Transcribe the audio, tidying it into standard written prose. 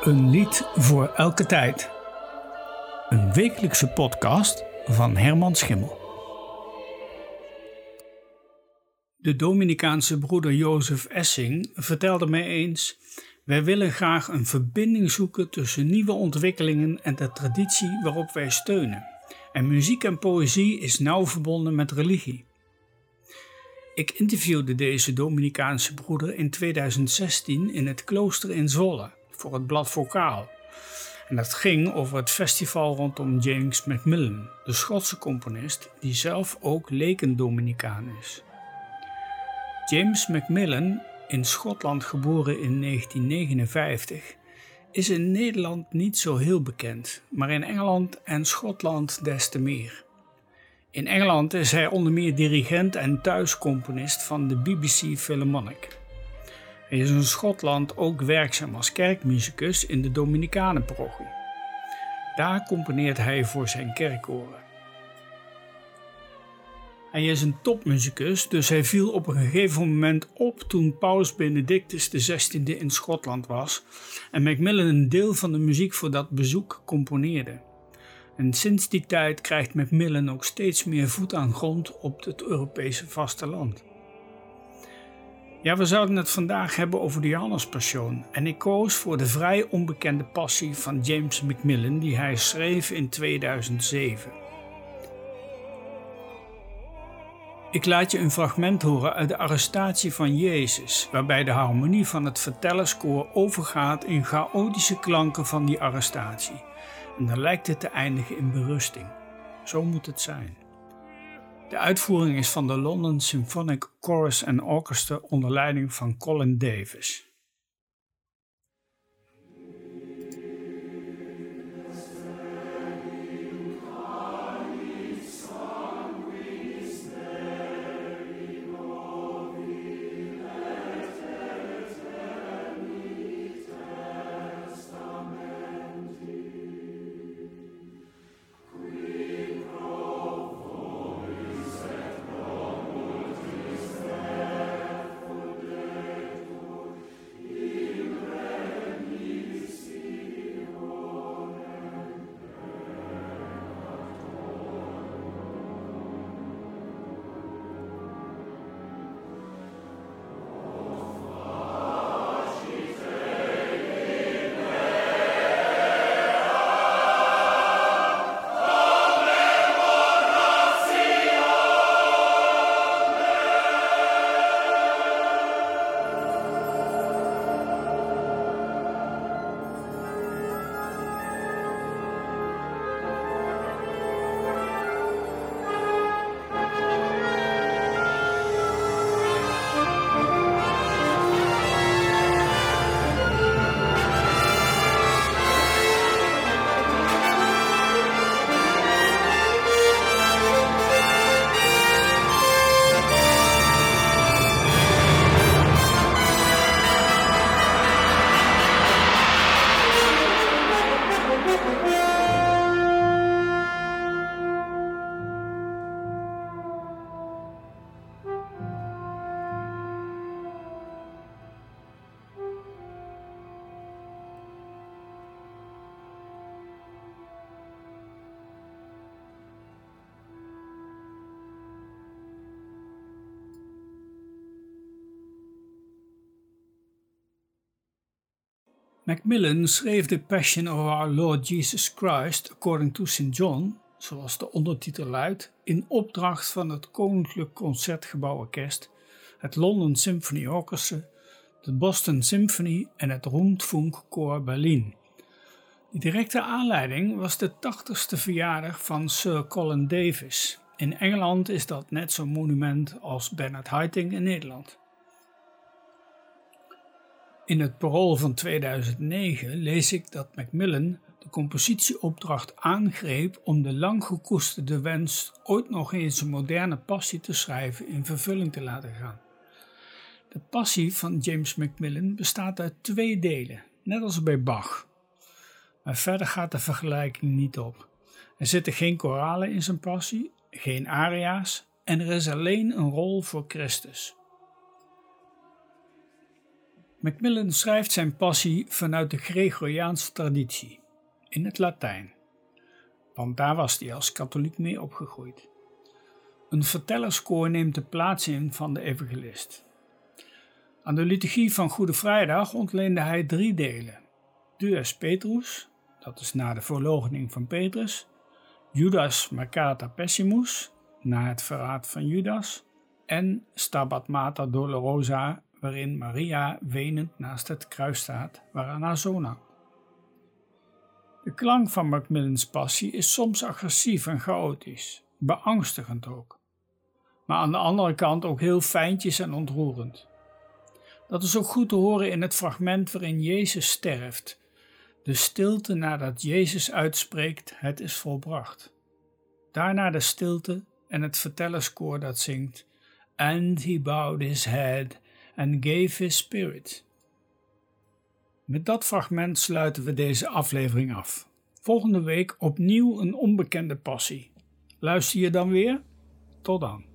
Een lied voor elke tijd. Een wekelijkse podcast van Herman Schimmel. De Dominicaanse broeder Jozef Essing vertelde mij eens: wij willen graag een verbinding zoeken tussen nieuwe ontwikkelingen en de traditie waarop wij steunen. En muziek en poëzie is nauw verbonden met religie. Ik interviewde deze Dominicaanse broeder in 2016 in het klooster in Zwolle voor het blad Vocaal. En dat ging over het festival rondom James Macmillan, de Schotse componist die zelf ook leken-Dominicaan is. James Macmillan, in Schotland geboren in 1959, is in Nederland niet zo heel bekend, maar in Engeland en Schotland des te meer. In Engeland is hij onder meer dirigent en thuiscomponist van de BBC Philharmonic. Hij is in Schotland ook werkzaam als kerkmusicus in de Dominicanenparochie. Daar componeert hij voor zijn kerkkoren. Hij is een topmusicus, dus hij viel op een gegeven moment op toen Paus Benedictus XVI in Schotland was en Macmillan een deel van de muziek voor dat bezoek componeerde. En sinds die tijd krijgt Macmillan ook steeds meer voet aan grond op het Europese vasteland. Ja, we zouden het vandaag hebben over de Johannespassion en ik koos voor de vrij onbekende passie van James Macmillan die hij schreef in 2007. Ik laat je een fragment horen uit de arrestatie van Jezus, waarbij de harmonie van het vertellerskoor overgaat in chaotische klanken van die arrestatie. En dan lijkt het te eindigen in berusting. Zo moet het zijn. De uitvoering is van de London Symphonic Chorus and Orchestra onder leiding van Colin Davis. Macmillan schreef The Passion of Our Lord Jesus Christ according to St. John, zoals de ondertitel luidt, in opdracht van het Koninklijk Concertgebouworkest, het London Symphony Orchestra, de Boston Symphony en het Rundfunkchor Berlin. De directe aanleiding was de 80ste verjaardag van Sir Colin Davis. In Engeland is dat net zo'n monument als Bernard Haitink in Nederland. In het Parool van 2009 lees ik dat Macmillan de compositieopdracht aangreep om de lang gekoesterde wens ooit nog eens een moderne passie te schrijven in vervulling te laten gaan. De passie van James Macmillan bestaat uit 2 delen, net als bij Bach. Maar verder gaat de vergelijking niet op. Er zitten geen koralen in zijn passie, geen aria's en er is alleen een rol voor Christus. Macmillan schrijft zijn passie vanuit de Gregoriaanse traditie, in het Latijn, want daar was hij als katholiek mee opgegroeid. Een vertellerskoor neemt de plaats in van de evangelist. Aan de liturgie van Goede Vrijdag ontleende hij 3 delen: Dues Petrus, dat is na de verloochening van Petrus, Judas Maccata Pessimus, na het verraad van Judas, en Stabat Mater Dolorosa, waarin Maria wenend naast het kruis staat waaraan haar zoon hangt. De klank van Macmillans passie is soms agressief en chaotisch, beangstigend ook, maar aan de andere kant ook heel fijntjes en ontroerend. Dat is ook goed te horen in het fragment waarin Jezus sterft, de stilte nadat Jezus uitspreekt: het is volbracht. Daarna de stilte en het vertellerskoor dat zingt: And he bowed his head and gave his spirit. Met dat fragment sluiten we deze aflevering af. Volgende week opnieuw een onbekende passie. Luister je dan weer? Tot dan.